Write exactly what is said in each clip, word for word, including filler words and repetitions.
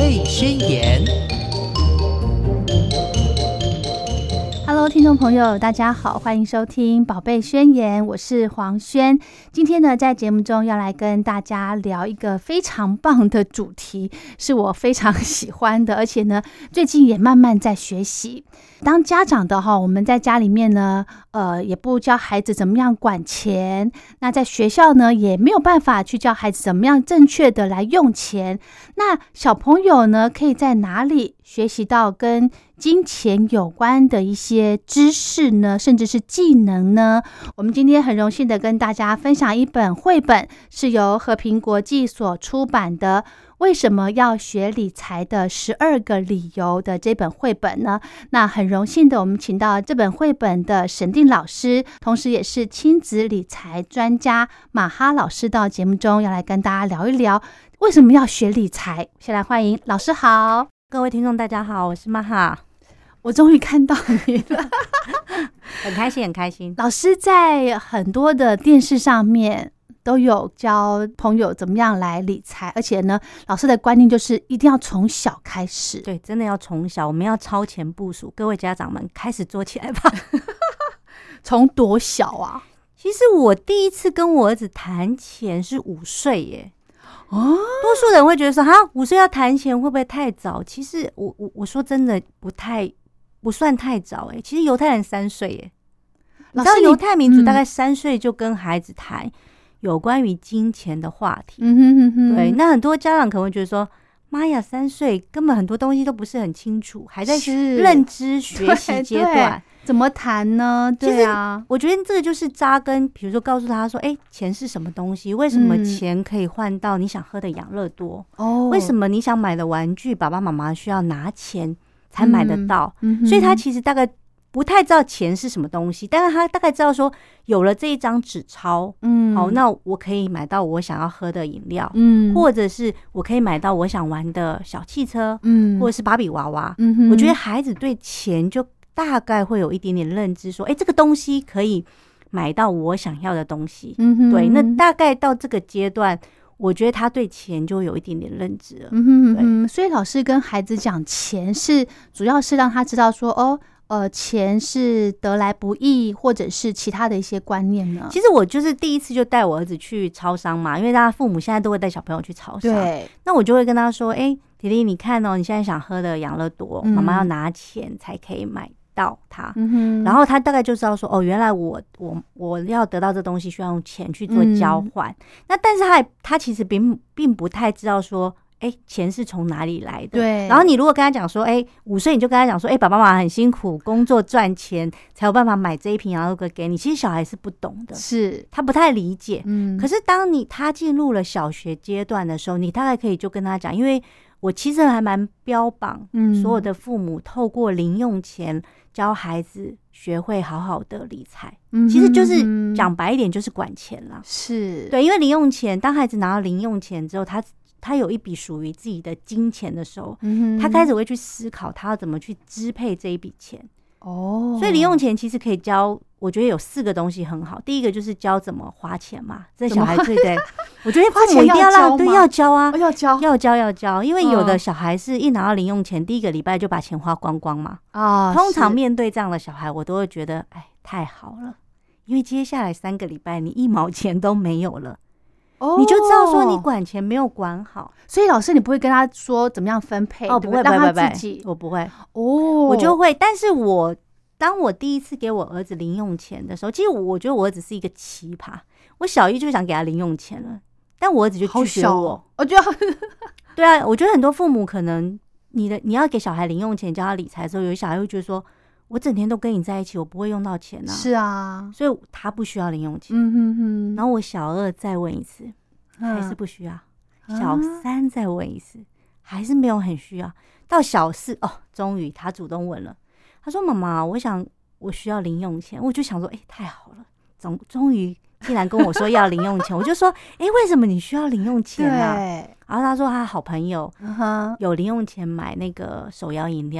贝宣言》。 Hello， 听众朋友，大家好，欢迎收听《宝贝宣言》，我是黄轩。今天呢，在节目中要来跟大家聊一个非常棒的主题，是我非常喜欢的，而且呢，最近也慢慢在学习。当家长的哈，我们在家里面呢，呃，也不教孩子怎么样管钱，那在学校呢，也没有办法去教孩子怎么样正确的来用钱。那小朋友呢，可以在哪里学习到跟金钱有关的一些知识呢，甚至是技能呢？我们今天很荣幸的跟大家分享一本绘本，是由和平国际所出版的为什么要学理财的十二个理由的这本绘本呢。那很荣幸的我们请到这本绘本的审定老师，同时也是亲子理财专家马哈老师到节目中要来跟大家聊一聊为什么要学理财。先来欢迎老师好。 各位听众大家好，我是马哈。 我终于看到你了很开心很开心。 老师在很多的电视上面都有教朋友怎么样来理财，而且呢，老师的观念就是一定要从小开始。 对，真的要从小，我们要超前部署。各位家长们，开始做起来吧。 从多小啊？ 其实我第一次跟我儿子谈钱是五岁耶。 哦， 多数人会觉得说，哈，五岁要谈钱会不会太早？其实我我我说真的，不太不算太早哎。其实犹太人三岁耶，你知道犹太民族大概三岁就跟孩子谈有关于金钱的话题。 嗯哼哼哼， 对，那很多家长可能会觉得说，妈呀，三岁根本很多东西都不是很清楚，还在认知学习阶段， 怎么谈呢？对啊， 我觉得这个就是扎根，比如说告诉他说，哎、欸，钱是什么东西？为什么钱可以换到你想喝的养乐多？哦、嗯，为什么你想买的玩具，爸爸妈妈需要拿钱才买得到？嗯嗯、所以他其实大概不太知道钱是什么东西，但是他大概知道说，有了这一张纸钞，嗯，好，那我可以买到我想要喝的饮料，嗯，或者是我可以买到我想玩的小汽车，嗯，或者是芭比娃娃。嗯，我觉得孩子对钱就大概会有一点点认知，说，哎、欸，这个东西可以买到我想要的东西。嗯，对，那大概到这个阶段，我觉得他对钱就有一点点认知了。 嗯哼，所以老师跟孩子讲钱是主要是让他知道说，哦。呃，钱是得来不易，或者是其他的一些观念呢？ 其实我就是第一次就带我儿子去超商嘛，因为大家父母现在都会带小朋友去超商。对，那我就会跟他说：“哎、欸，弟弟，你看哦，你现在想喝的养乐多，妈妈、嗯、要拿钱才可以买到它。嗯”然后他大概就知道说：“哦，原来我我我要得到这东西需要用钱去做交换。嗯”那但是他他其实并并不太知道说。哎、欸，钱是从哪里来的？对。然后你如果跟他讲说，哎、欸，五岁你就跟他讲说，哎、欸，爸爸妈妈很辛苦，工作赚钱才有办法买这一瓶养乐多给你。其实小孩是不懂的， 是他不太理解。嗯。可是当你他进入了小学阶段的时候，你大概可以就跟他讲，因为我其实还蛮标榜，所有的父母透过零用钱教孩子学会好好的理财。嗯，其实就是讲白一点，就是管钱啦。 是对，因为零用钱，当孩子拿到零用钱之后，他。他有一笔属于自己的金钱的时候，嗯、他开始会去思考他要怎么去支配这一笔钱。哦，所以零用钱其实可以教，我觉得有四个东西很好。第一个就是教怎么花钱嘛，这小孩对对，我觉得父母一定要让对要教啊， 要教要教要教，因为有的小孩是一拿到零用钱，第一个礼拜就把钱花光光嘛。啊、哦，通常面对这样的小孩，我都会觉得哎太好了，因为接下来三个礼拜你一毛钱都没有了。Oh, 你就知道说你管钱没有管好， 所以老师你不会跟他说怎么样分配哦，不会， 让他自己， 我不会哦，我就会。但是我当我第一次给我儿子零用钱的时候，其实我觉得我儿子是一个奇葩。我小一就想给他零用钱了，但我儿子就拒绝我。 我觉得对啊，我觉得很多父母可能你的你要给小孩零用钱教他理财的时候，有些小孩会觉得说。我整天都跟你在一起，我不会用到钱啊。 是啊， 所以他不需要零用钱。 嗯哼哼。 然后我小二再问一次，还是不需要。嗯、小三再问一次，还是没有很需要。到小四哦，终于他主动问了，他说：“妈妈，我想我需要零用钱。”我就想说：“哎、欸，太好了，终终于竟然跟我说要零用钱。”我就说：“哎、欸，为什么你需要零用钱啊？”然后他说他好朋友有零用钱买那个手摇饮料。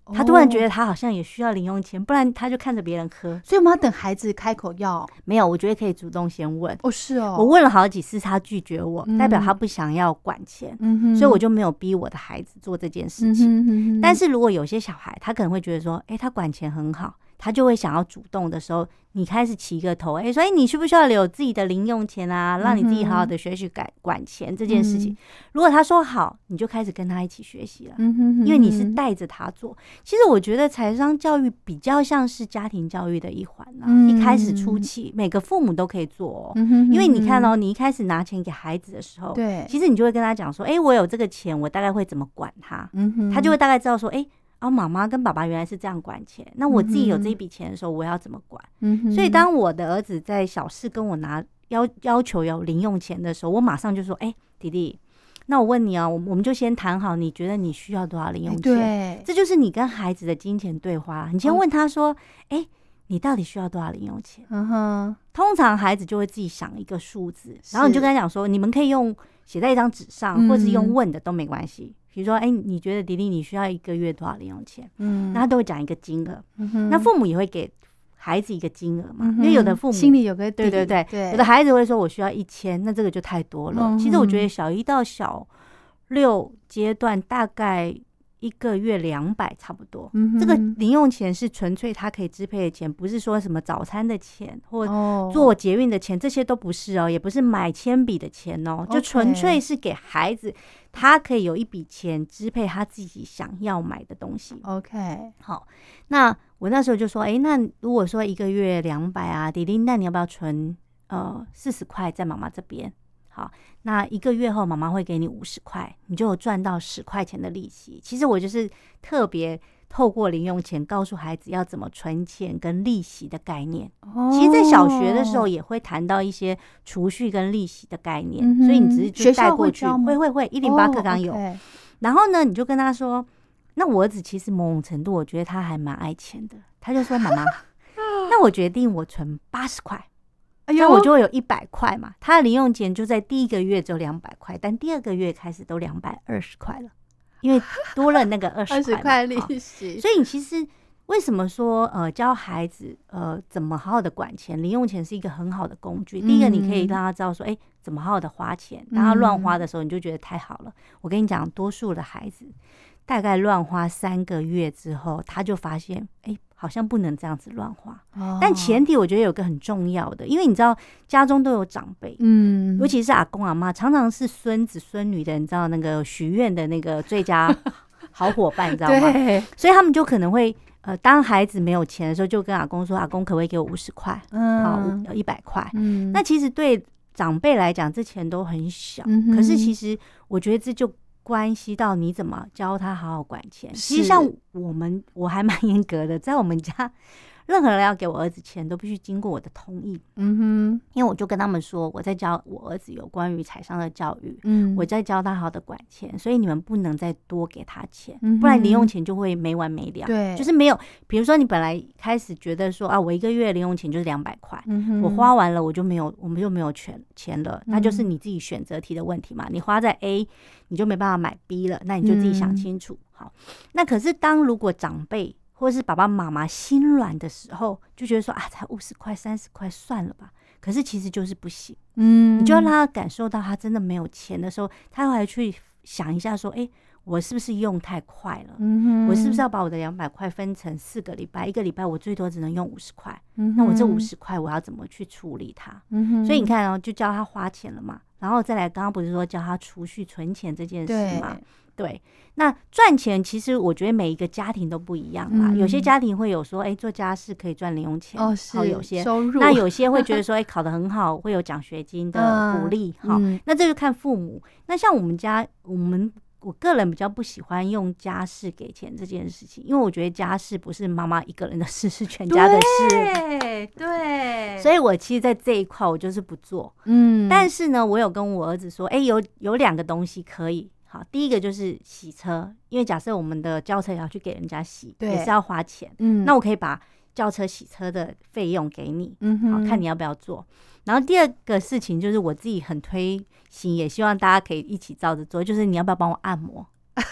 他突然觉得他好像也需要零用钱，不然他就看着别人喝。 所以我们要等孩子开口要？ 没有，我觉得可以主动先问。 哦，是哦， 我问了好几次，他拒绝我，嗯、代表他不想要管钱，嗯、所以我就没有逼我的孩子做这件事情。嗯、但是如果有些小孩，他可能会觉得说，哎、欸，他管钱很好，他就会想要主动的时候，你开始起一个头，哎、欸，所以你需不需要有自己的零用钱啊，让你自己好好的学习管管钱这件事情、嗯？如果他说好，你就开始跟他一起学习了，嗯、因为你是带着他做。其实我觉得财商教育比较像是家庭教育的一环啊、嗯，一开始初期每个父母都可以做哦，嗯、因为你看哦，你一开始拿钱给孩子的时候，对，其实你就会跟他讲说，哎、欸，我有这个钱，我大概会怎么管他，嗯、他就会大概知道说，哎、欸。哦，妈妈跟爸爸原来是这样管钱，那我自己有这一笔钱的时候，我要怎么管？嗯、所以当我的儿子在小事跟我拿要要求有零用钱的时候，我马上就说：“哎、欸，弟弟，那我问你啊，我我们就先谈好，你觉得你需要多少零用钱？欸、对，这就是你跟孩子的金钱对话。你先问他说：‘哎、欸，你到底需要多少零用钱？’嗯哼，通常孩子就会自己想一个数字，然后你就跟他讲说：‘你们可以用写在一张纸上，或者是用问的都没关系。’比如说，哎、欸，你觉得迪迪你需要一个月多少零用钱？嗯，那他都会讲一个金额、嗯，那父母也会给孩子一个金额嘛、嗯，因为有的父母心里有个对对对对，有的孩子会说我需要一千，那这个就太多了、嗯。其实我觉得小一到小六阶段大概一个月两百差不多、嗯，这个零用钱是纯粹他可以支配的钱，不是说什么早餐的钱或坐捷运的钱、哦，这些都不是哦，也不是买铅笔的钱哦，就纯粹是给孩子。他可以有一笔钱支配他自己想要买的东西。OK， 好，那我那时候就说，哎、欸，那如果说一个月两百啊，弟弟，那你要不要存呃四十块在妈妈这边？好，那一个月后妈妈会给你五十块，你就有赚到十块钱的利息。其实我就是特别透过零用钱告诉孩子要怎么存钱跟利息的概念。Oh. 其实在小学的时候也会谈到一些储蓄跟利息的概念、mm-hmm. 所以你只是就带过去，会会会一零八课纲有、oh, okay. 然后呢你就跟他说，那我儿子其实某种程度我觉得他还蛮爱钱的，他就说妈妈那我决定我存八十块，哎呦，我就会有一百块嘛，他的零用钱就在第一个月只有两百块，但第二个月开始都两百二十块了，因为多了那个二十块利息，所以你其实为什么说呃教孩子呃怎么好好的管钱，零用钱是一个很好的工具。第一个你可以让他知道说，哎、欸，怎么好好的花钱，当他乱花的时候，你就觉得太好了。我跟你讲，多数的孩子大概乱花三个月之后，他就发现，哎、欸。好像不能这样子乱花、哦，但前提我觉得有个很重要的，因为你知道家中都有长辈，嗯，尤其是阿公阿嬷，常常是孙子孙女的，你知道那个许愿的那个最佳好伙伴，你知道吗？对，所以他们就可能会呃，当孩子没有钱的时候，就跟阿公说：“阿公可不可以给我五十块？嗯，好，一百块。”嗯，那其实对长辈来讲，这钱都很小、嗯，可是其实我觉得这就。关系到你怎么教他好好管钱。其实像我们，我还蛮严格的，在我们家，任何人要给我儿子钱都必须经过我的同意。嗯哼，因为我就跟他们说，我在教我儿子有关于财商的教育，嗯，我在教他好好的管钱，所以你们不能再多给他钱，嗯、不然零用钱就会没完没了。对，就是没有，比如说你本来开始觉得说啊，我一个月零用钱就是两百块，我花完了我就没有，我们就没有钱钱了，那就是你自己选择题的问题嘛。你花在 A。你就没办法买 B 了，那你就自己想清楚。嗯、好，那可是当如果长辈或是爸爸妈妈心软的时候，就觉得说啊，才五十块、三十块，算了吧。可是其实就是不行，嗯，你就要让他感受到他真的没有钱的时候，他会去想一下说，哎、欸，我是不是用太快了？嗯，我是不是要把我的两百块分成四个礼拜？一个礼拜我最多只能用五十块，那我这五十块我要怎么去处理它？嗯，所以你看哦，就教他花钱了嘛。然后再来，刚刚不是说教他储蓄存钱这件事吗？对，那赚钱其实我觉得每一个家庭都不一样啦。嗯、有些家庭会有说，哎、欸，做家事可以赚零用钱，哦，是有些收入。那有些会觉得说，哎、欸，考得很好会有奖学金的鼓励，好、嗯，那这就看父母。那像我们家，我们我个人比较不喜欢用家事给钱这件事情，因为我觉得家事不是妈妈一个人的事，是全家的事。对对，所以我其实在这一块我就是不做。嗯，但是呢，我有跟我儿子说，哎、欸，有有两个东西可以。好，第一个就是洗车，因为假设我们的轿车也要去给人家洗，也是要花钱。嗯，那我可以把轿车洗车的费用给你，嗯，好，看你要不要做。然后第二个事情就是我自己很推行，也希望大家可以一起照着做，就是你要不要帮我按摩？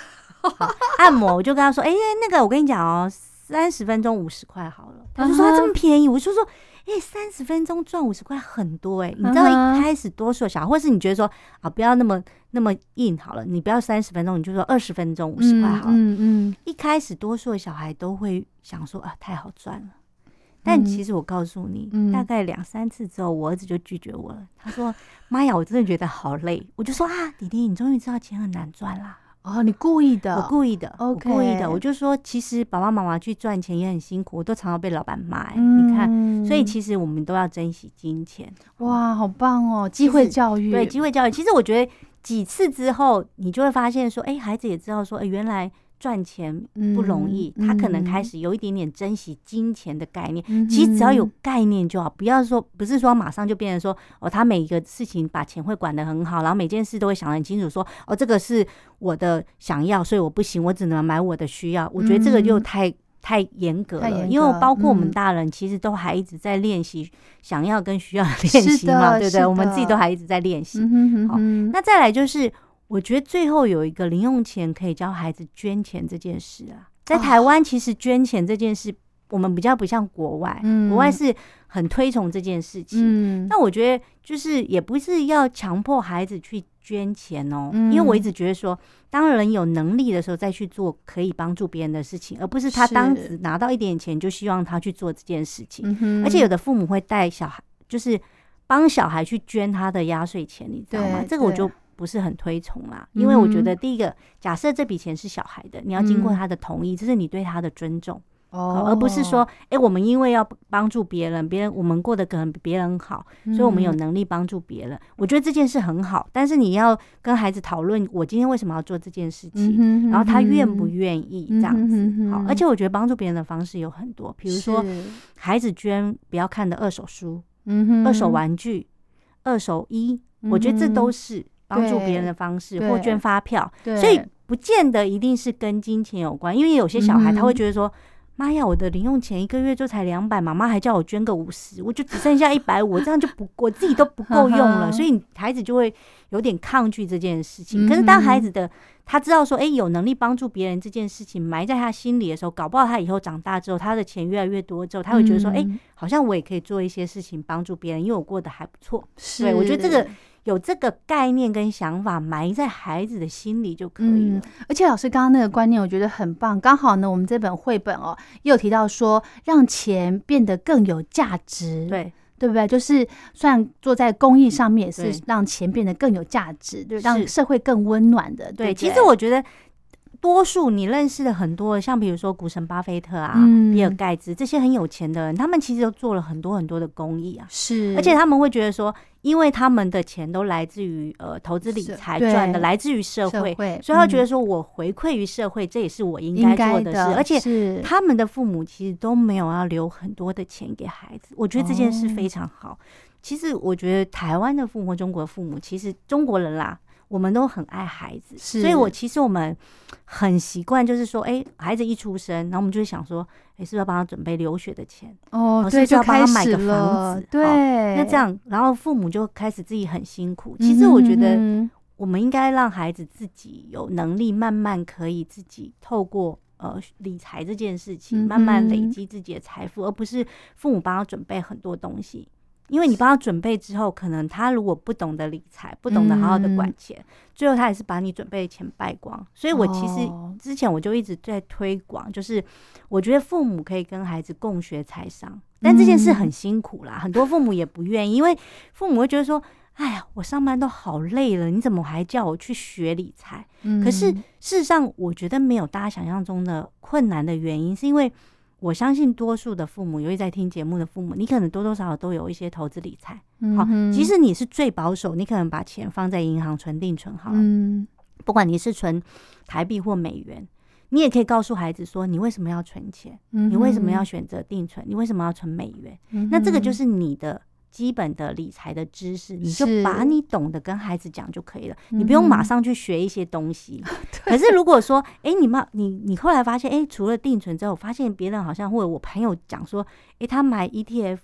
按摩我就跟他说，哎、欸，那个我跟你讲哦，三十分钟五十块好了。他就说他这么便宜，我就说，哎、欸，三十分钟赚五十块很多哎、欸。你知道一开始多数小孩，或是你觉得说啊，不要那么那么硬好了，你不要三十分钟，你就说二十分钟五十块好了。嗯 嗯, 嗯，一开始多数的小孩都会想说啊，太好赚了。但其实我告诉你，嗯、大概两三次之后，我儿子就拒绝我了。他说：“妈呀，我真的觉得好累。”我就说：“啊，弟弟，你终于知道钱很难赚啦。” 哦，你故意的， 我故意的 ，OK， 我故意的。我就说，其实爸爸妈妈去赚钱也很辛苦，我都常常被老板骂、欸。嗯、你看，所以其实我们都要珍惜金钱。 哇，好棒哦！机会教育， 对，机会教育。其实我觉得几次之后，你就会发现说，哎、欸，孩子也知道说，哎、欸，原来赚钱不容易、嗯，他可能开始有一点点珍惜金钱的概念。嗯、其实只要有概念就好，不要说不是说马上就变成说哦，他每一个事情把钱会管得很好，然后每件事都会想得很清楚说，说哦，这个是我的想要，所以我不行，我只能买我的需要。我觉得这个就太、嗯、太严格了，因为包括我们大人其实都还一直在练习想要跟需要的练习嘛，对不对？我们自己都还一直在练习。嗯哼哼哼，好，那再来就是。我觉得最后有一个零用钱可以教孩子捐钱这件事啊，在台湾其实捐钱这件事，我们比较不像国外，嗯、国外是很推崇这件事情。嗯、那我觉得就是也不是要强迫孩子去捐钱哦，嗯、因为我一直觉得说，当人有能力的时候再去做可以帮助别人的事情，而不是他当时拿到一点钱就希望他去做这件事情。而且有的父母会带小孩，就是帮小孩去捐他的压岁钱，你知道吗？这个我就不是很推崇啦，因为我觉得第一个，假设这笔钱是小孩的，你要经过他的同意，这是你对他的尊重，哦，而不是说，哎、欸，我们因为要帮助别人，别人我们过得可能比别人好，所以我们有能力帮助别人。我觉得这件事很好，但是你要跟孩子讨论，我今天为什么要做这件事情，然后他愿不愿意这样子。好，而且我觉得帮助别人的方式有很多，比如说孩子捐不要看的二手书，二手玩具、二手衣，我觉得这都是帮助别人的方式，或捐发票，所以不见得一定是跟金钱有关，因为有些小孩他会觉得说，妈呀，我的零用钱一个月就才两百，妈妈还叫我捐个五十，我就只剩下一百五，这样就不，我自己都不够用了，所以孩子就会有点抗拒这件事情。可是当孩子的他知道说，哎、欸，有能力帮助别人这件事情埋在他心里的时候，搞不好他以后长大之后，他的钱越来越多之后，他会觉得说，哎、欸，好像我也可以做一些事情帮助别人，因为我过得还不错。对，我觉得这个。有这个概念跟想法埋在孩子的心里就可以了。嗯、 而且老师刚刚那个观念我觉得很棒，刚好呢我们这本绘本哦也有提到说让钱变得更有价值， 对对不对？就是虽然做在公益上面也是让钱变得更有价值，对，让社会更温暖的。 对, 对， 其实我觉得多数你认识的很多，像比如说股神巴菲特啊、嗯、比尔盖茨这些很有钱的人，他们其实都做了很多很多的公益啊， 是， 而且他们会觉得说，因为他们的钱都来自于呃投资理财赚的，来自于社会，社会所以他觉得说我回馈于社会、嗯，这也是我应该做的事。而且他们的父母其实都没有要留很多的钱给孩子，我觉得这件事非常好。哦、其实我觉得台湾的父母、中国的父母，其实中国人啦。我们都很爱孩子，所以我其实我们很习惯，就是说，哎、欸，孩子一出生，然后我们就会想说，哎、欸，是不是要帮他准备留学的钱？ 哦， 对，是不是要帮他买个房子？ 对， 那这样，然后父母就开始自己很辛苦。其实我觉得，我们应该让孩子自己有能力，慢慢可以自己透过呃理财这件事情，慢慢累积自己的财富，而不是父母帮他准备很多东西。因为你帮他准备之后，可能他如果不懂得理财，不懂得好好的管钱、嗯，最后他也是把你准备的钱败光。所以我其实之前我就一直在推广，就是我觉得父母可以跟孩子共学财商，但这件事很辛苦啦，嗯、很多父母也不愿意，因为父母会觉得说，哎呀，我上班都好累了，你怎么还叫我去学理财？嗯、可是事实上，我觉得没有大家想象中的困难的原因，是因为我相信多数的父母，尤其在听节目的父母，你可能多多少少都有一些投资理财。好，即使你是最保守，你可能把钱放在银行存定存好了、嗯，不管你是存台币或美元，你也可以告诉孩子说，你为什么要存钱？嗯、你为什么要选择定存？你为什么要存美元？嗯、那这个就是你的基本的理财的知识，你就把你懂的跟孩子讲就可以了，你不用马上去学一些东西。嗯、可是如果说，哎、欸，你妈，你你后来发现，哎、欸，除了定存之后，发现别人好像或者我朋友讲说，哎、欸，他买 E T F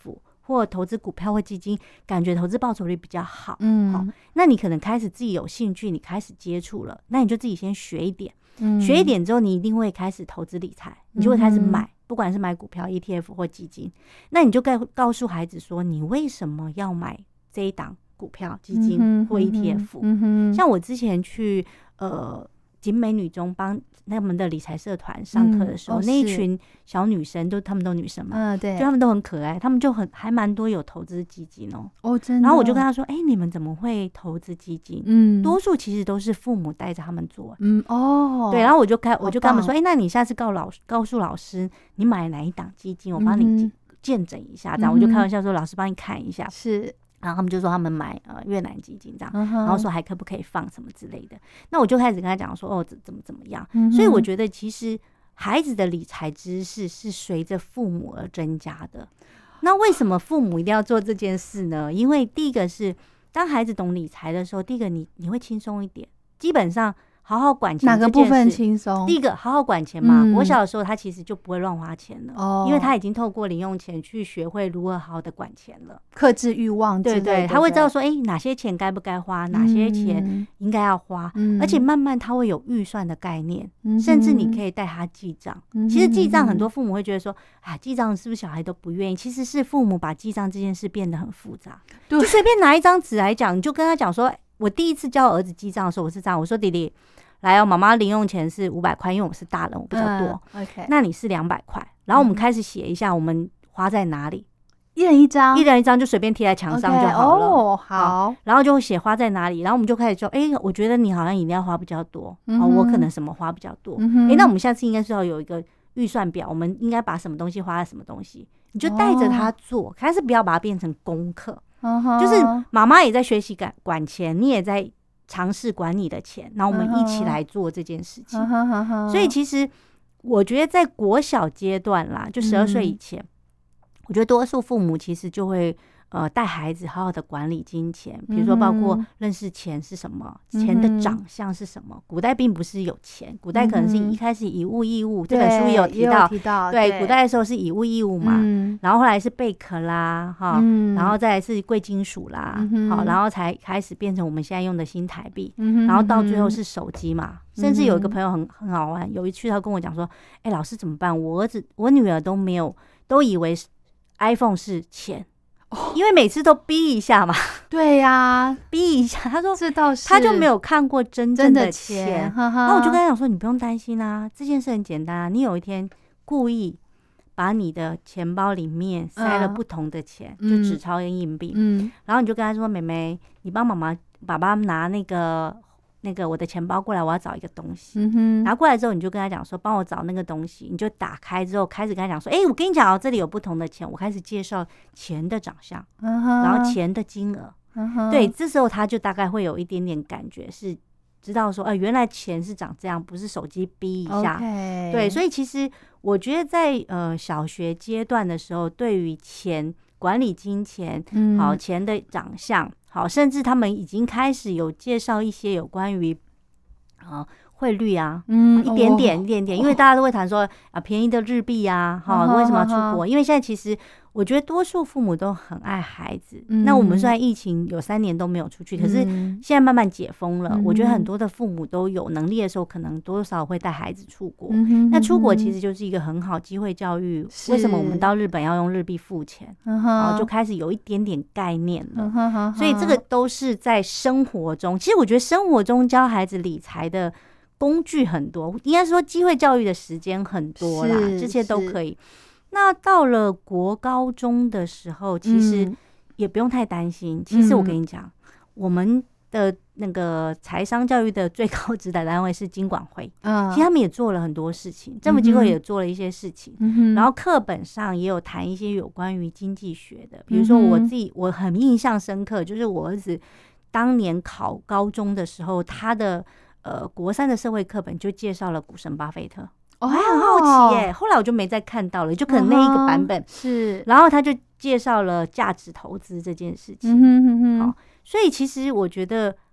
或投资股票或基金，感觉投资报酬率比较好， 嗯， 好，那你可能开始自己有兴趣，你开始接触了，那你就自己先学一点， 嗯， 学一点之后，你一定会开始投资理财，你就会开始买，嗯、不管是买股票、E T F 或基金，那你就该告诉孩子说，你为什么要买这一档股票、基金或 E T F？、嗯嗯、像我之前去呃景美女中帮他们的理财社团上课的时候，嗯哦、那一群小女生都她们都女生嘛， 嗯，对， 就她们都很可爱，她们就很还蛮多有投资基金哦， 哦，真的。 然后我就跟她说，哎、欸，你们怎么会投资基金？嗯，多数其实都是父母带着他们做， 嗯，哦， 对，然后我就开我就跟他们说，哎、欸，那你下次告老告诉老师，你买哪一档基金，我帮你见证一下，这样、嗯、我就开玩笑说，老师帮你看一下， 是。 然后他们就说他们买呃越南基金这样，嗯、然后说还可不可以放什么之类的。那我就开始跟他讲说，哦，怎怎么怎么样。嗯、所以我觉得其实孩子的理财知识是随着父母而增加的。那为什么父母一定要做这件事呢？因为第一个是当孩子懂理财的时候，第一个你你会轻松一点，基本上。好好管钱， 哪个部分轻松？ 第一个，好好管钱嘛。嗯、我小的时候，他其实就不会乱花钱了，哦，因为他已经透过零用钱去学会如何好好的管钱了， 克制欲望之类的。 对对，他会知道说，哎、欸，哪些钱该不该花，哪些钱应该要花，嗯、而且慢慢他会有预算的概念，嗯、甚至你可以带他记账。嗯、其实记账，很多父母会觉得说，啊，记账是不是小孩都不愿意？其实是父母把记账这件事变得很复杂。就随便拿一张纸来讲，你就跟他讲说，我第一次教我儿子记账的时候，我是这样，我说弟弟。来哦，妈妈零用钱是五百块，因为我是大人，我比较多。 嗯、OK， 那你是两百块，然后我们开始写一下我们花在哪里， 一人一张， 一人一张就随便贴在墙上就好了。 Okay, 哦，好, 好，然后就写花在哪里，然后我们就开始说，哎、欸，我觉得你好像饮料花比较多，嗯、哦，我可能什么花比较多，哎、嗯欸，那我们下次应该是要有一个预算表，我们应该把什么东西花在什么东西，你就带着他做，但、哦、是不要把它变成功课，嗯、就是妈妈也在学习管管钱，你也在。尝试管你的钱，然后我们一起来做这件事情。Uh huh. uh huh. 所以其实我觉得在国小阶段啦，就十二岁以前，嗯、我觉得多数父母其实就会呃带孩子好好的管理金钱，比如说包括认识钱是什么，嗯、钱的长相是什么。古代并不是有钱，古代可能是一开始以物易物，嗯、这本书也有提到。 提到对，对古代的时候是以物易物嘛，嗯、然后后来是贝壳啦，哈，嗯、然后再来是贵金属啦，嗯、好，然后才开始变成我们现在用的新台币，嗯、然后到最后是手机嘛。嗯、甚至有一个朋友很很好玩，有一次他跟我讲说：“哎、欸，老师怎么办？我儿子、我女儿都没有，都以为 iPhone 是钱。”因为每次都逼一下嘛， 对呀、啊， 逼一下。他说这倒是， 他就没有看过真正的钱。 那我就跟他讲说，你不用担心啊，这件事很简单啊。你有一天故意把你的钱包里面塞了不同的钱，嗯、就纸钞跟硬币，嗯，然后你就跟他说，妹妹，你帮妈妈、爸爸拿那个。那个我的钱包过来，我要找一个东西。嗯哼，拿过来之后，你就跟他讲说，帮我找那个东西。你就打开之后，开始跟他讲说，哎、欸，我跟你讲哦，这里有不同的钱。我开始介绍钱的长相，嗯、然后钱的金额。嗯、对，这时候他就大概会有一点点感觉，是知道说，呃，原来钱是长这样，不是手机逼一下。 Okay. 对，所以其实我觉得在呃小学阶段的时候，对于钱管理金钱，嗯、好钱的长相。好，甚至他们已经开始有介绍一些有关于啊汇率啊，嗯，一点点、哦、一点点，因为大家都会谈说啊便宜的日币啊，哈、哦，為什麼要出國？因為現在其實我覺得多數父母都很愛孩子。嗯、那我們雖然疫情有三年都沒有出去，嗯、可是現在慢慢解封了，嗯、我覺得很多的父母都有能力的時候，可能多少會帶孩子出國。嗯、那出國其實就是一個很好機會教育。為什麼我們到日本要用日幣付錢？然後就開始有一點點概念了。嗯、所以這個都是在生活中，其實我覺得生活中教孩子理財的工具很多，應該說機會教育的時間很多啦，這些都可以。那到了國高中的時候，其實也不用太擔心。嗯、其實我跟你講，嗯、我們的那個財商教育的最高指導單位是金管會，嗯、其實他們也做了很多事情，政府機構也做了一些事情，嗯、然後課本上也有談一些有關於經濟學的，比如說我自己我很印象深刻，就是我兒子當年考高中的時候，他的呃國三的社會課本就介紹了股神巴菲特。我還很好奇耶、欸，後來我就沒再看到了，就可能那一個版本、uh huh, 是，然後他就介紹了價值投資這件事情。嗯哼哼哼，好，所以其實我覺得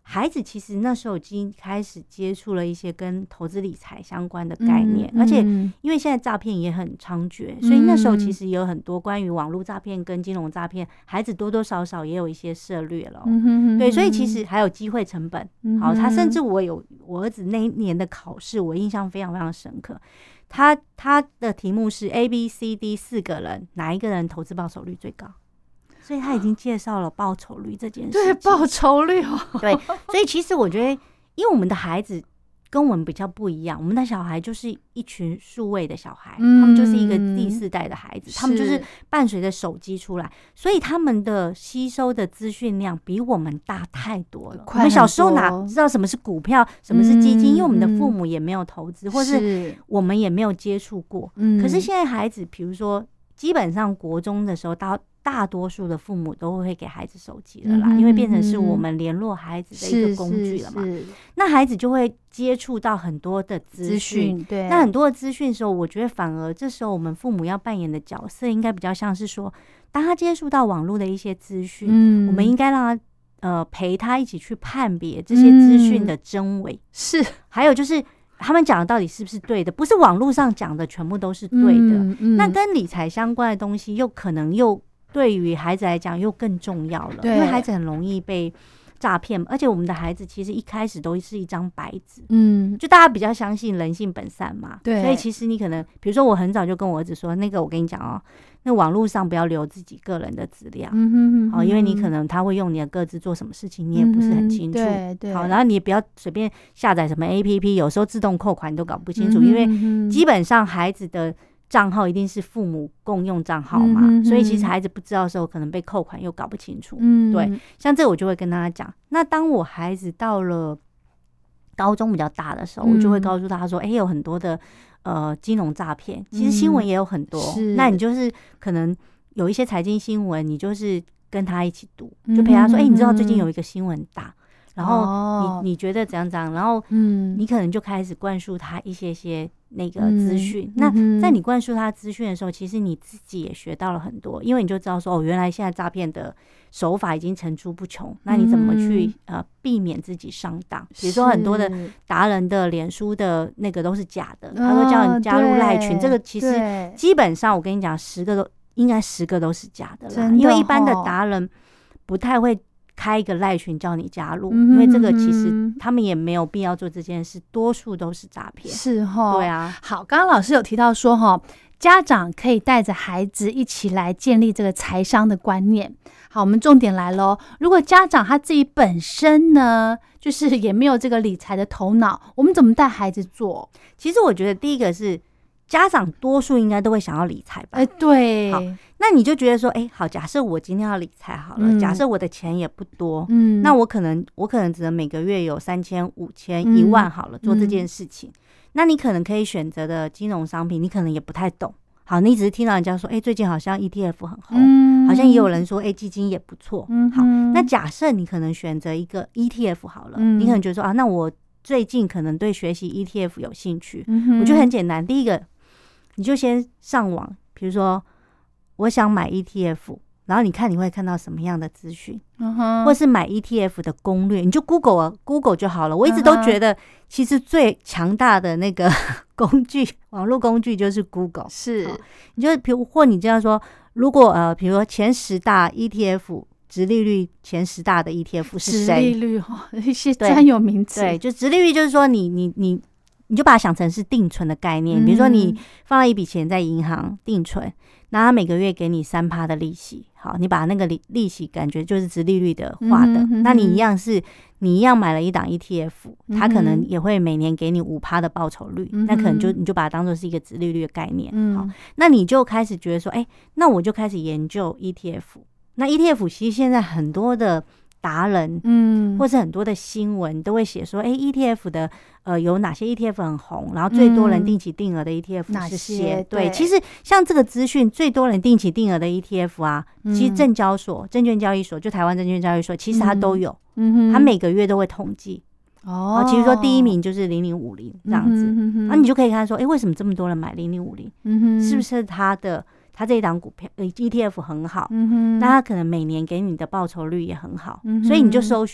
孩子其实那时候已经开始接触了一些跟投资理财相关的概念，嗯嗯、而且因为现在诈骗也很猖獗，嗯、所以那时候其实也有很多关于网络诈骗跟金融诈骗，孩子多多少少也有一些涉略了、哦嗯哼嗯哼。对，所以其实还有机会成本。嗯、好，他甚至我有我儿子那一年的考试，我印象非常非常深刻。他他的题目是 A、B、C、D 四个人，哪一个人投资报酬率最高？所以他已经介绍了报酬率这件事情。 对，报酬率哦。 对，所以其实我觉得，因为我们的孩子跟我们比较不一样，我们的小孩就是一群数位的小孩，嗯、他们就是一个第四代的孩子，他们就是伴随着手机出来，所以他们的吸收的资讯量比我们大太多了。我们小时候哪知道什么是股票，什么是基金？嗯、因为我们的父母也没有投资，或是我们也没有接触过。嗯、可是现在孩子，比如说，基本上国中的时候到。大多数的父母都会给孩子手机了啦、嗯，因为变成是我们联络孩子的一个工具了嘛。那孩子就会接触到很多的资讯，对。那很多的资讯的时候，我觉得反而这时候我们父母要扮演的角色，应该比较像是说，当他接触到网络的一些资讯、嗯，我们应该让他呃陪他一起去判别这些资讯的真伪，是、嗯。还有就是他们讲的到底是不是对的？不是网络上讲的全部都是对的。嗯嗯、那跟理财相关的东西，又可能又。对于孩子来讲又更重要了，因为孩子很容易被诈骗，而且我们的孩子其实一开始都是一张白纸，嗯，就大家比较相信人性本善嘛，对，所以其实你可能，比如说我很早就跟我儿子说，那个我跟你讲哦，那网络上不要留自己个人的资料，嗯哼哼哼，好，因为你可能他会用你的个资做什么事情，你也不是很清楚，嗯、对对，好，然后你也不要随便下载什么 A P P， 有时候自动扣款你都搞不清楚，嗯、因为基本上孩子的账号一定是父母共用账号嘛、嗯，所以其实孩子不知道的时候，可能被扣款又搞不清楚。嗯，对，像这个我就会跟他讲。那当我孩子到了高中比较大的时候，嗯、我就会告诉他说：“哎、欸，有很多的呃金融诈骗，其实新闻也有很多。嗯、那你就是可能有一些财经新闻，你就是跟他一起读，就陪他说：‘哎、欸，你知道最近有一个新闻大。’然后你、哦、你觉得怎样怎样，然后你可能就开始灌输他一些些那个资讯、嗯。那在你灌输他资讯的时候，其实你自己也学到了很多，因为你就知道说哦，原来现在诈骗的手法已经层出不穷。那你怎么去呃避免自己上当？比如说很多的达人的脸书的那个都是假的，他说叫你加入赖群，哦、这个其实基本上我跟你讲，十个都应该十个都是假的啦，的因为一般的达人不太会开一个赖群叫你加入、嗯，因为这个其实他们也没有必要做这件事，多数都是诈骗。 是齁， 对啊。 好，刚刚老师有提到说齁，家长可以带着孩子一起来建立这个财商的观念。好，我们重点来咯，如果家长他自己本身呢，就是也没有这个理财的头脑，我们怎么带孩子做？ 其实我觉得第一个是家长多数应该都会想要理财吧？ 哎、欸，对。 好，那你就觉得说，哎、欸，好，假设我今天要理财好了，嗯、假设我的钱也不多，嗯，那我可能我可能只能每个月有三千、五千、一万好了，做这件事情、嗯。那你可能可以选择的金融商品，你可能也不太懂。好，你只是听到人家说，哎、欸，最近好像 E T F 很红、嗯，好像也有人说，哎、欸，基金也不错。嗯，好，那假设你可能选择一个 E T F 好了，嗯、你可能觉得说啊，那我最近可能对学习 E T F 有兴趣。嗯，我觉得很简单，第一个。你就先上网，比如说我想买 E T F， 然后你看你会看到什么样的资讯，嗯、或是买 E T F 的攻略，你就 Google 啊 Google 就好了。我一直都觉得，其实最强大的那个工具，网络工具就是 Google。是，你就比如或你这样说，如果呃，比如说前十大 E T F。殖利率前十大的 E T F 是谁？ 殖利率哈，一些专有名词。 对，就殖利率就是说你你你你就把它想成是定存的概念，比如说你放了一笔钱在银行定存，那它每个月给你三趴的利息，好，你把那个利利息感觉就是殖利率的化的、嗯，那你一样是你一样买了一档 E T F， 它可能也会每年给你五趴的报酬率、嗯，那可能就你就把它当做是一个殖利率的概念，嗯、好，那你就开始觉得说，哎、欸，那我就开始研究 E T F。那 E T F 其实现在很多的达人，嗯，或是很多的新闻都会写说，哎、欸、，E T F 的呃有哪些 E T F 很红，然后最多人定期定额的 E T F 是谁、嗯？对，其实像这个资讯，最多人定期定额的 E T F 啊，嗯、其实证交所、证券交易所，就台湾证券交易所，其实它都有，嗯哼，它每个月都会统计。哦，其实说第一名就是零零五零这样子，那、嗯嗯啊、你就可以看说，哎、欸，为什么这么多人买零零五零？嗯哼，是不是它的？它这一档股票 E T F 很好、嗯，那它可能每年给你的报酬率也很好、嗯，所以你就搜寻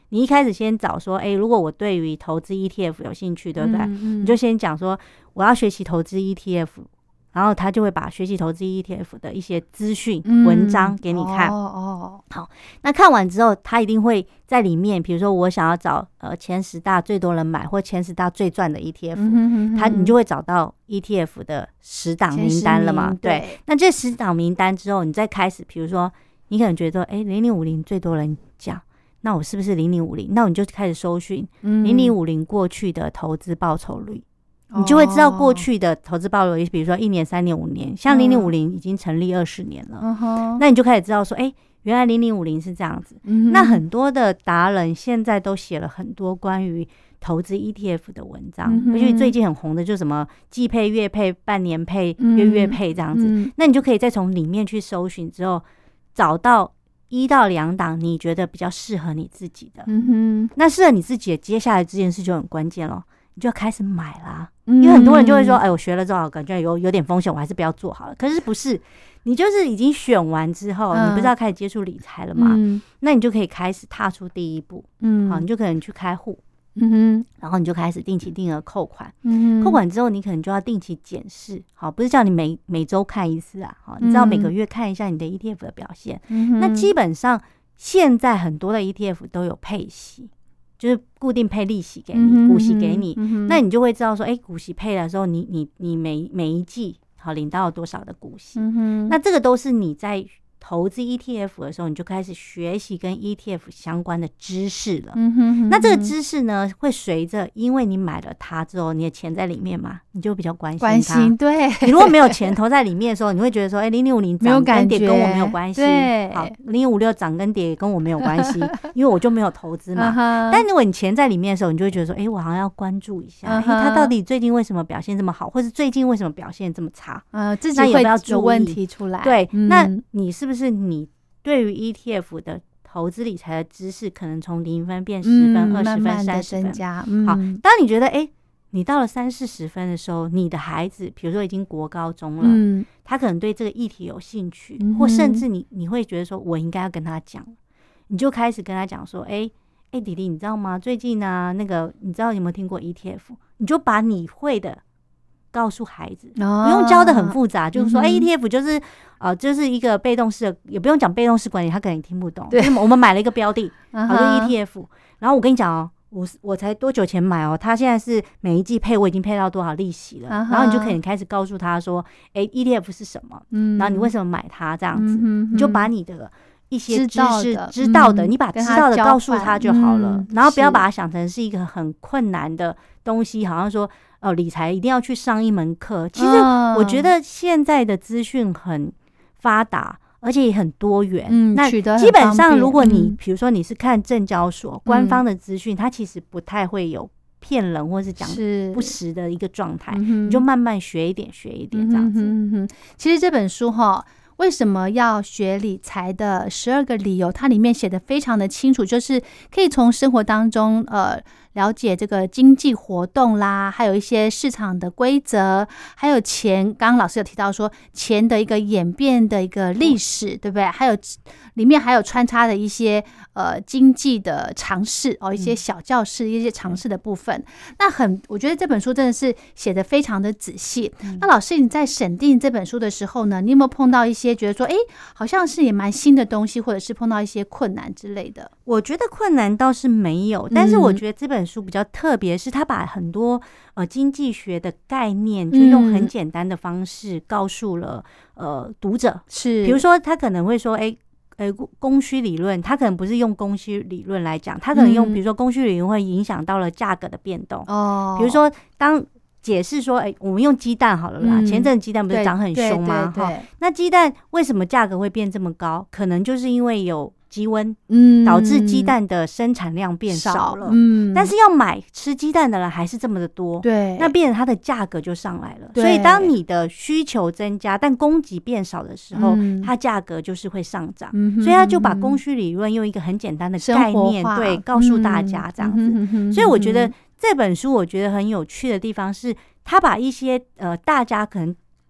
你一开始先找说，哎、欸，如果我对于投资 E T F 有兴趣，对不对？嗯嗯，你就先讲说我要学习投资 E T F， 然后他就会把学习投资 E T F 的一些资讯、嗯、文章给你看。哦哦，好，那看完之后，他一定会在里面，比如说我想要找呃前十大最多人买或前十大最赚的 E T F， 嗯哼哼哼，他你就会找到 E T F 的十档名单了嘛？对，对，那这十档名单之后，你再开始，比如说你可能觉得，哎，零零五零最多人讲。那我是不是零零五零？那你就开始搜寻零零五零过去的投资报酬率，嗯，你就会知道过去的投资报酬率，比如说一年、三年、五年，像零零五零已经成立二十年了，嗯，那你就开始知道说，哎，原来零零五零是这样子，嗯。那很多的达人现在都写了很多关于投资 E T F 的文章，嗯，尤其最近很红的就是什么季配、月配、半年配、月月配这样子，嗯，那你就可以再从里面去搜寻之后找到一到两档你觉得比较适合你自己的，嗯哼，那适合你自己的，接下来这件事就很关键了，你就要开始买啦，嗯，因为很多人就会说，哎，我学了之后感觉有有点风险，我还是不要做好了。可是不是，你就是已经选完之后，嗯，你不是要开始接触理财了吗？嗯，那你就可以开始踏出第一步，嗯，好，你就可能去开户。嗯哼，然后你就开始定期定额扣款，嗯，扣款之后你可能就要定期检视，好，不是叫你每每周看一次啊，好，你知道每个月看一下你的 E T F 的表现，嗯，那基本上现在很多的 E T F 都有配息，就是固定配利息给你，嗯，股息给你，嗯，那你就会知道说，哎，股息配的时候你你你每每一季好领到了多少的股息，嗯，那这个都是你在投资 E T F 的时候，你就开始学习跟 E T F 相关的知识了。嗯哼嗯哼，那这个知识呢，会随着，因为你买了它之后，你的钱在里面嘛，你就比较关心它。关心，对。你如果没有钱投在里面的时候，你会觉得说，哎，零零五零涨跟跌跟我没有关系。对。好，零零五六涨跟跌跟我没有关系，因为我就没有投资嘛。uh-huh. 但如果你钱在里面的时候，你就会觉得说，哎，我好像要关注一下，哎、uh-huh. ，它到底最近为什么表现这么好，或是最近为什么表现这么差？呃，自己会有问题出来。对，嗯，那你是不是你对于 E T F 的投资理财的知识，可能从零分变十分、二十分、三十分？嗯，好，当你觉得哎，你到了三四十分的时候，你的孩子，比如说已经国高中了，嗯，他可能对这个议题有兴趣，嗯，或甚至你你会觉得说，我应该要跟他讲，你就开始跟他讲说，哎哎，弟弟，你知道吗？最近呢，那个你知道你有没有听过 E T F？ 你就把你会的告诉孩子，哦，不用教的很复杂，嗯，就是说，哎，欸，，E T F 就是呃，就是一个被动式的，也不用讲被动式管理，他可能也听不懂。对，我们买了一个标的，好，就 E T F， 然后我跟你讲哦，我我才多久前买哦，他现在是每一季配，我已经配到多少利息了，然后你就可以开始告诉他说，哎，欸，E T F 是什么，嗯，然后你为什么买它这样子，嗯，你就把你的一些知识知道的，嗯，你把知道的告诉他就好了，嗯，然后不要把它想成是一个很困难的东西，好像说哦，理财一定要去上一门课。其实我觉得现在的资讯很发达，而且也很多元。嗯，那基本上如果你比，嗯，如说你是看证交所，嗯，官方的资讯，它其实不太会有骗人或是讲不实的一个状态，你就慢慢学一点学一点这样子。嗯哼， 其实这本书哈，为什么要学理财的十二个理由，它里面写的非常的清楚，就是可以从生活当中呃了解这个经济活动啦，还有一些市场的规则，还有钱，刚刚老师有提到说钱的一个演变的一个历史，对不对？还有里面还有穿插的一些呃经济的常识哦，一些小教室，一些常识的部分。那很，我觉得这本书真的是写得非常的仔细。嗯，那老师你在审定这本书的时候呢，你有没有碰到一些觉得说，哎，好像是也蛮新的东西，或者是碰到一些困难之类的？ 我觉得困难倒是没有，但是我觉得这本书比较特别，是他把很多呃经济学的概念，就用很简单的方式告诉了呃读者。是，比如说他可能会说，哎。呃，供需理论，他可能不是用供需理论来讲，他可能用，比如说供需理论会影响到了价格的变动。哦，比如说当解释说，哎、欸，我们用鸡蛋好了啦，嗯、前阵鸡蛋不是涨很凶吗？哈，那鸡蛋为什么价格会变这么高？可能就是因为有鸡瘟，嗯，导致鸡蛋的生产量变少了，嗯，但是要买吃鸡蛋的人还是这么的多，对，那变成它的价格就上来了。所以当你的需求增加，但供给变少的时候，嗯、它价格就是会上涨。嗯、所以他就把供需理论用一个很简单的概念，对，告诉大家这样子。嗯、所以我觉得这本书我觉得很有趣的地方是，他把一些呃大家可能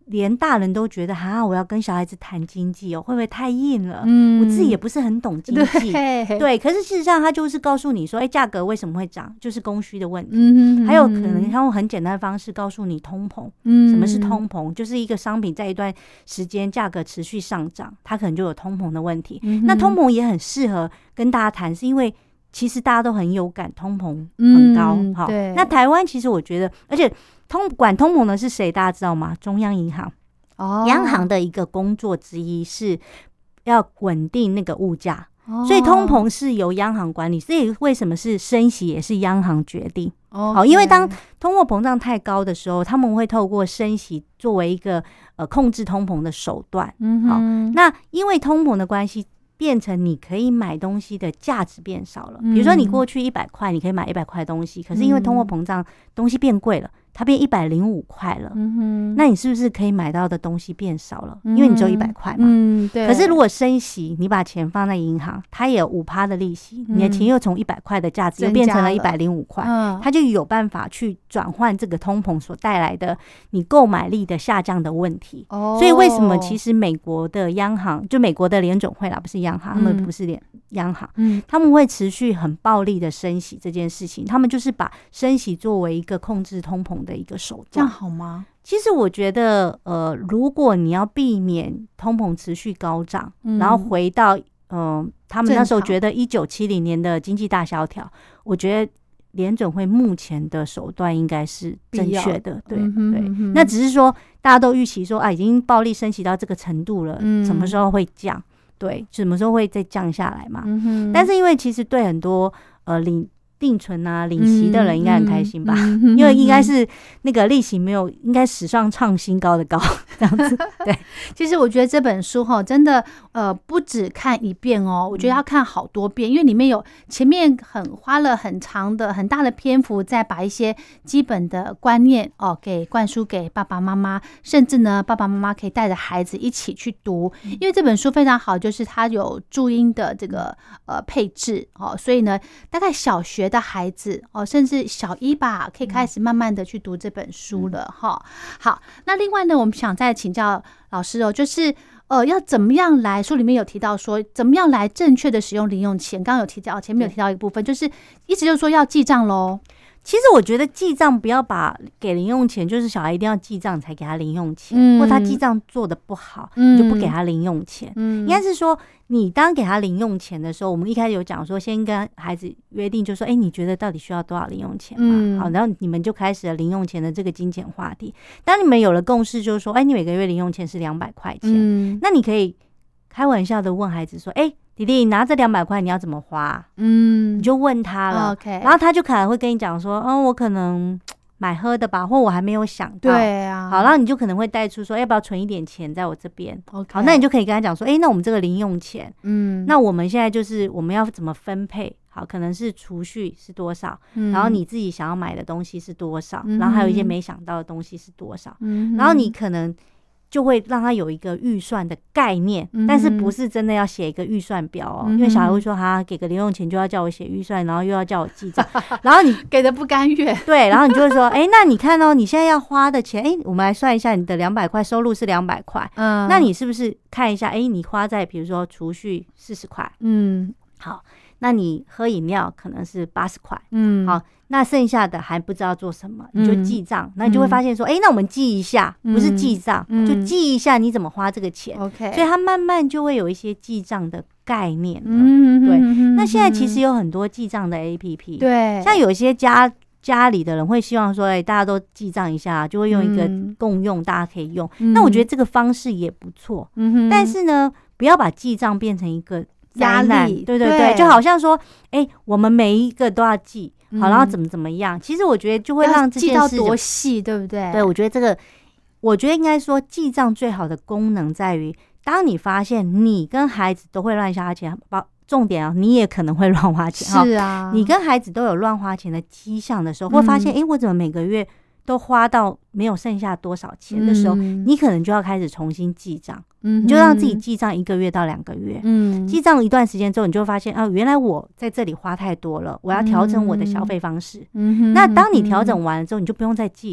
连大人都觉得哈，我要跟小孩子谈经济哦，会不会太硬了？嗯，我自己也不是很懂经济，对，对。可是事实上，他就是告诉你说，哎、欸，价格为什么会涨，就是供需的问题。嗯，还有可能他用很简单的方式告诉你通膨。嗯，什么是通膨？就是一个商品在一段时间价格持续上涨，它可能就有通膨的问题。嗯、那通膨也很适合跟大家谈，是因为其实大家都很有感，通膨很高。好、嗯，对。那台湾其实我觉得，而且。通管通膨的是谁？大家知道吗？中央银行。哦，央行的一个工作之一是要稳定那个物价，哦、所以通膨是由央行管理。所以为什么是升息也是央行决定？哦，好，因为当通货膨胀太高的时候，他们会透过升息作为一个呃控制通膨的手段。嗯，好，那因为通膨的关系。变成你可以买东西的价值变少了，比如说你过去一百块，你可以买一百块东西，可是因为通货膨胀，东西变贵了，它变一百零五块了，嗯，那你是不是可以买到的东西变少了？因为你只有一百块嘛，嗯，对。可是如果升息，你把钱放在银行，它也有五趴的利息，你的钱又从一百块的价值又变成了一百零五块，它就有办法去转换这个通膨所带来的你购买力的下降的问题。哦，所以为什么其实美国的央行，就美国的联总会啦，不是央行，他们不是联央行，嗯，他们会持续很暴力的升息这件事情，他们就是把升息作为一个控制通膨的一个手段。 这样好吗？ 其实我觉得，呃，如果你要避免通膨持续高涨，嗯，然后回到，嗯、呃，他们那时候觉得一九七零年的经济大萧条，我觉得联准会目前的手段应该是正确的，对、嗯、对。那只是说大家都预期说啊，已经暴力升息到这个程度了，嗯，什么时候会降？对，什么时候会再降下来嘛？嗯、但是因为其实对很多呃领定存啊领息的人应该很开心吧、嗯、因为应该是那个利息没有应该史上创新高的高这样子。对， 其实我觉得这本书哈真的呃不只看一遍哦，我觉得要看好多遍，因为里面有前面很花了很长的很大的篇幅在把一些基本的观念哦给灌输给爸爸妈妈，甚至呢爸爸妈妈可以带着孩子一起去读，因为这本书非常好，就是它有注音的这个呃配置哦，所以呢大概小学的孩子哦，甚至小一吧，可以开始慢慢的去读这本书了哈、嗯。好，那另外呢，我们想再请教老师哦，就是呃，要怎么样来？书里面有提到说，怎么样来正确的使用零用钱？刚刚有提到，前面有提到一个部分，就是意思就是说要记账喽。 其实我觉得记账不要把给零用钱，就是小孩一定要记账才给他零用钱，嗯、或他记账做得不好，嗯、你就不给他零用钱。嗯、应该是说，你当给他零用钱的时候，我们一开始有讲说，先跟孩子约定，就说，哎、欸，你觉得到底需要多少零用钱嘛？嗯、好，然后你们就开始了零用钱的这个金钱话题。当你们有了共识，就是说，哎、欸，你每个月零用钱是两百块钱，嗯、那你可以开玩笑的问孩子说，哎、欸。弟弟，你拿这两百块你要怎么花？嗯，你就问他了。Okay. 然后他就可能会跟你讲说，嗯，我可能买喝的吧，或我还没有想到。 对啊。 好，然后你就可能会带出说，要不要存一点钱在我这边 ？Okay. 好，那你就可以跟他讲说，哎、欸，那我们这个零用钱，嗯，那我们现在就是我们要怎么分配？好，可能是储蓄是多少，嗯、然后你自己想要买的东西是多少，嗯、然后还有一些没想到的东西是多少，嗯、然后你可能。就会让他有一个预算的概念，嗯、但是不是真的要写一个预算表哦？嗯、因为小孩会说哈，给个零用钱就要叫我写预算，然后又要叫我记账，然后你给的不甘愿， 对，然后你就会说，哎、欸，那你看哦，你现在要花的钱，哎、欸，我们来算一下，你的两百块收入是两百块，嗯，那你是不是看一下，哎、欸，你花在比如说储蓄四十块，嗯，好。那你喝饮料可能是八十块，嗯，好，那剩下的还不知道做什么，你就记账，嗯、那你就会发现说，哎、欸，那我们记一下，嗯、不是记账，嗯、就记一下你怎么花这个钱 ，OK， 所以他慢慢就会有一些记账的概念了，嗯，对。嗯、那现在其实有很多记账的 A P P， 对，像有些家家里的人会希望说，哎、欸，大家都记账一下，就会用一个共用，嗯、大家可以用。嗯、那我觉得这个方式也不错，嗯，但是呢，不要把记账变成一个。压力，对对 对, 对，就好像说，哎、欸，我们每一个都要记好，然后怎么怎么样。嗯、其实我觉得就会让这件事记到多细，对不对？ 对，我觉得这个，我觉得应该说记账最好的功能在于，当你发现你跟孩子都会乱花钱，重点啊，你也可能会乱花钱。 是啊， 你跟孩子都有乱花钱的迹象的时候，会发现，哎、嗯欸，我怎么每个月都花到没有剩下多少钱的时候，嗯、你可能就要开始重新记账。嗯，你就让自己记账一个月到两个月，嗯，记账一段时间之后，你就会发现啊，原来我在这里花太多了，我要调整我的消费方式。嗯，那当你调整完了之后，你就不用再记了，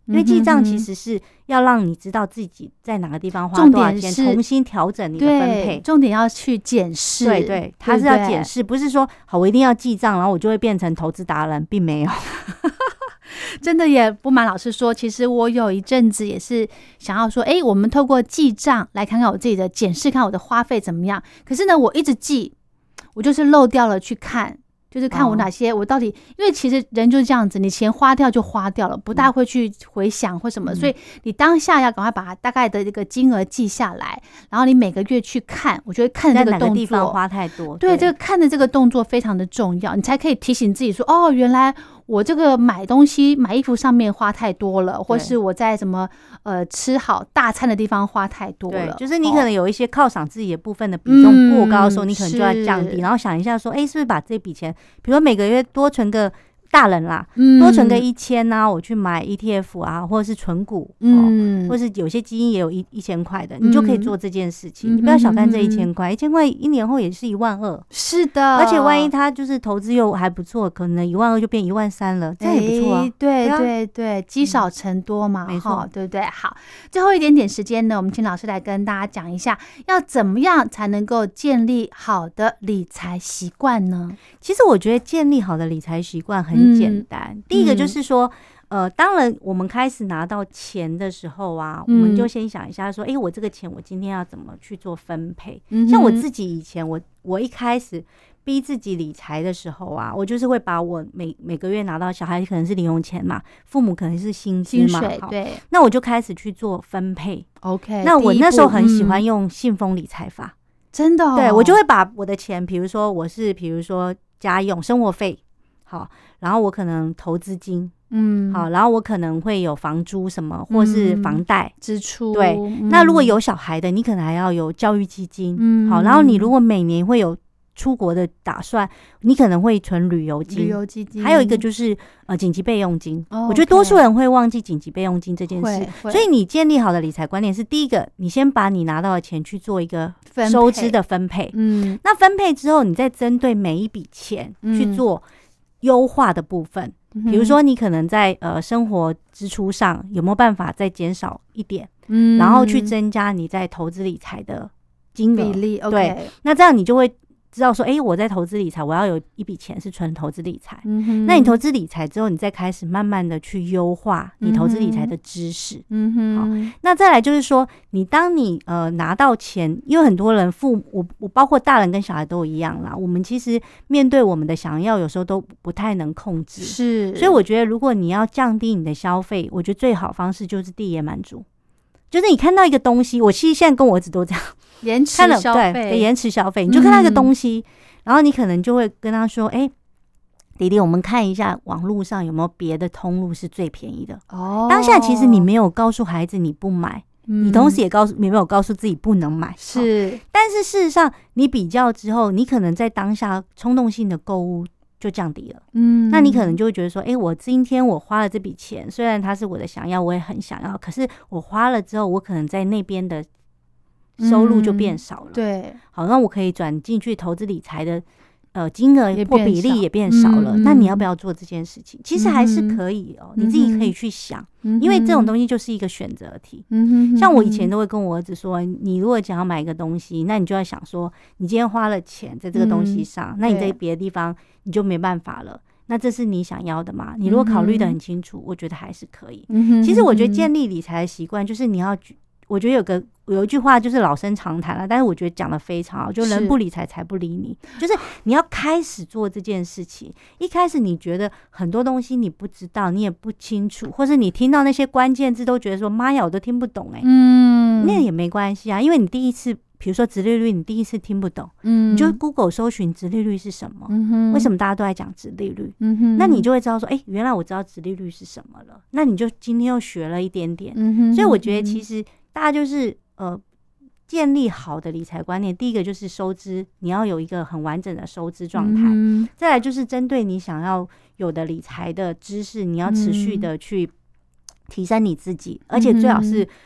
因为记账其实是要让你知道自己在哪个地方花多少钱，重新调整你的分配。 重点要去检视， 对对，它是要检视，不是说好我一定要记账，然后我就会变成投资达人，并没有。 真的也不瞒老师说，其实我有一阵子也是想要说，哎，我们透过记账来看看我自己的检视，看我的花费怎么样。可是呢，我一直记，我就是漏掉了去看。就是看我哪些，我到底，因为其实人就是这样子，你钱花掉就花掉了，不大会去回想或什么，所以你当下要赶快把它大概的这个金额记下来，然后你每个月去看，我觉得看的这个动作， 在哪个地方花太多， 对，这个看的这个动作非常的重要，你才可以提醒自己说，哦，原来我这个买东西买衣服上面花太多了，或是我在什么呃吃好大餐的地方花太多了， 就是你可能有一些犒赏自己的部分的比重过高的时候，嗯、你可能就要降低，然后想一下说，哎，是不是把这笔钱，比如说每个月多存个。大人啦，嗯、多存个一千啊，我去买 E T F 啊，或者是存股，嗯，或者是有些基金也有一一千块的，你就可以做这件事情。嗯、你不要小看这一千块，一千块一年后也是一万二， 是的。 而且万一他就是投资又还不错，可能一万二就变一万三了，这样也不错啊。 欸、对对对，积少成多嘛， 没错， 对不对？好，最后一点点时间呢，我们请老师来跟大家讲一下，要怎么样才能够建立好的理财习惯呢？ 其实我觉得建立好的理财习惯很简单、嗯、第一个就是说、嗯、呃，当然我们开始拿到钱的时候啊、嗯、我们就先想一下说，哎，我这个钱我今天要怎么去做分配、嗯、像我自己以前我我一开始逼自己理财的时候啊，我就是会把我每每个月拿到小孩可能是零用钱嘛，父母可能是薪资嘛， 对， 那我就开始去做分配。 OK， 那我那时候很喜欢用信封理财法、嗯、 真的、哦、 对，我就会把我的钱，比如说我是比如说家用生活费，好，然后我可能投资金，嗯，好，然后我可能会有房租什么，或是房贷、嗯、 支出， 对、嗯，那如果有小孩的，你可能还要有教育基金，嗯，好，然后你如果每年会有出国的打算，你可能会存旅游金， 旅游基金， 还有一个就是呃紧急备用金、哦。我觉得多数人会忘记紧急备用金这件事，所以你建立好的理财观念是第一个，你先把你拿到的钱去做一个收支的分配，嗯，那分配之后，你再针对每一笔钱去做优化的部分。嗯、比如说，你可能在呃生活支出上有没有办法再减少一点，嗯，然后去增加你在投资理财的金额比例， okay、 对，那这样你就会知道说，哎、欸，我在投资理财，我要有一笔钱是纯投资理财、嗯。那你投资理财之后，你再开始慢慢的去优化你投资理财的知识。嗯哼，好，那再来就是说，你当你呃拿到钱，因为很多人父我我包括大人跟小孩都一样啦，我们其实面对我们的想要，有时候都不太能控制。 是， 所以我觉得，如果你要降低你的消费，我觉得最好方式就是第一眼满足。就是你看到一个东西，我其实现在跟我儿子都这样， 延迟消费， 对，延迟消费，你就看到一个东西、嗯，然后你可能就会跟他说：“哎、欸，弟弟，我们看一下网络上有没有别的通路是最便宜的。”哦，当下其实你没有告诉孩子你不买，嗯、你同时也告诉你没有告诉自己不能买， 是、哦。 但是事实上，你比较之后，你可能在当下冲动性的购物就降低了，嗯，那你可能就会觉得说，哎、欸，我今天我花了这笔钱，虽然它是我的想要，我也很想要，可是我花了之后，我可能在那边的收入就变少了，嗯、 对， 好，那我可以转进去投资理财的呃金额或比例也变少了，嗯、那你要不要做这件事情？其实还是可以哦、喔嗯，你自己可以去想，嗯、因为这种东西就是一个选择题。嗯，像我以前都会跟我儿子说，你如果想要买一个东西，那你就要想说，你今天花了钱在这个东西上，嗯、那你在别的地方你就没办法了。那这是你想要的吗？你如果考虑得很清楚，嗯、我觉得还是可以。嗯、其实我觉得建立理财的习惯，就是你要，我觉得有个有一句话就是老生常谈了，但是我觉得讲得非常好，就人不理财财不理你，就是你要开始做这件事情。一开始你觉得很多东西你不知道，你也不清楚，或是你听到那些关键字都觉得说妈呀，我都听不懂哎、欸，嗯，那也没关系啊，因为你第一次。比如说殖利率，你第一次听不懂，嗯，你就 Google 搜寻殖利率是什么，嗯，为什么大家都在讲殖利率，嗯哼，那你就会知道说，哎、欸，原来我知道殖利率是什么了，那你就今天又学了一点点，嗯哼，所以我觉得其实大家就是呃建立好的理财观念，第一个就是收支，你要有一个很完整的收支状态，嗯，再来就是针对你想要有的理财的知识，你要持续的去提升你自己，而且最好是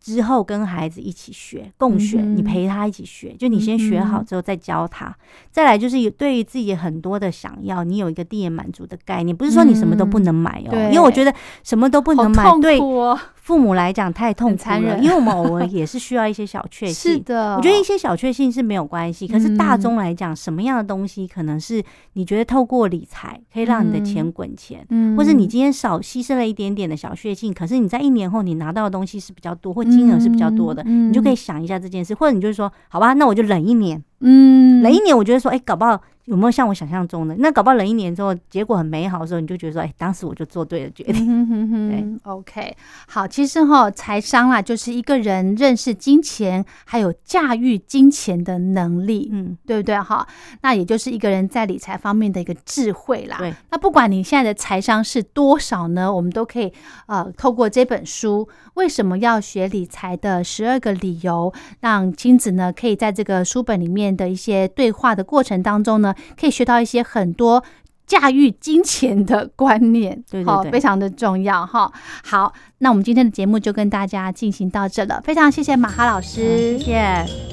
之后跟孩子一起学，共学，嗯、你陪他一起学，就你先学好之后再教他。嗯、再来就是对于自己很多的想要，你有一个第一眼满足的概念，不是说你什么都不能买哦，嗯、因为我觉得什么都不能买，对父母来讲太痛苦了，因为我们偶尔也是需要一些小确幸。 是的， 我觉得一些小确幸是没有关系，可是大宗来讲，什么样的东西可能是你觉得透过理财可以让你的钱滚钱，嗯、或是你今天少牺牲了一点点的小确幸，可是你在一年后你拿到的东西是比较多，或金额是比较多的，嗯、你就可以想一下这件事，或者你就是说，好吧，那我就忍一年，嗯，忍一年，我觉得说，哎、欸，搞不好。有没有像我想象中的？那搞不好忍一年之后，结果很美好的时候，你就觉得说，哎、欸，当时我就做对了决定。 嗯、哼哼对 ，OK， 好，其实哈，财商啦，就是一个人认识金钱，还有驾驭金钱的能力，嗯，对不对？哈，那也就是一个人在理财方面的一个智慧啦。 对， 那不管你现在的财商是多少呢，我们都可以呃，透过这本书，为什么要学理财的十二个理由，让亲子呢可以在这个书本里面的一些对话的过程当中呢。可以学到一些很多驾驭金钱的观念， 对对对， 非常的重要哈。好，那我们今天的节目就跟大家进行到这了，非常谢谢马哈老师， 谢谢。